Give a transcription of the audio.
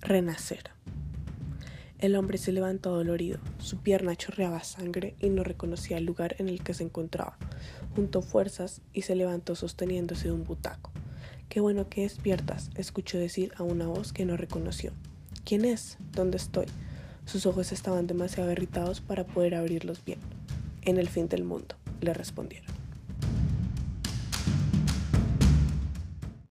Renacer. El hombre se levantó dolorido, su pierna chorreaba sangre y no reconocía el lugar en el que se encontraba. Juntó fuerzas y se levantó sosteniéndose de un butaco. «Qué bueno que despiertas», escuchó decir a una voz que no reconoció. «¿Quién es? ¿Dónde estoy?» Sus ojos estaban demasiado irritados para poder abrirlos bien. «En el fin del mundo», le respondieron.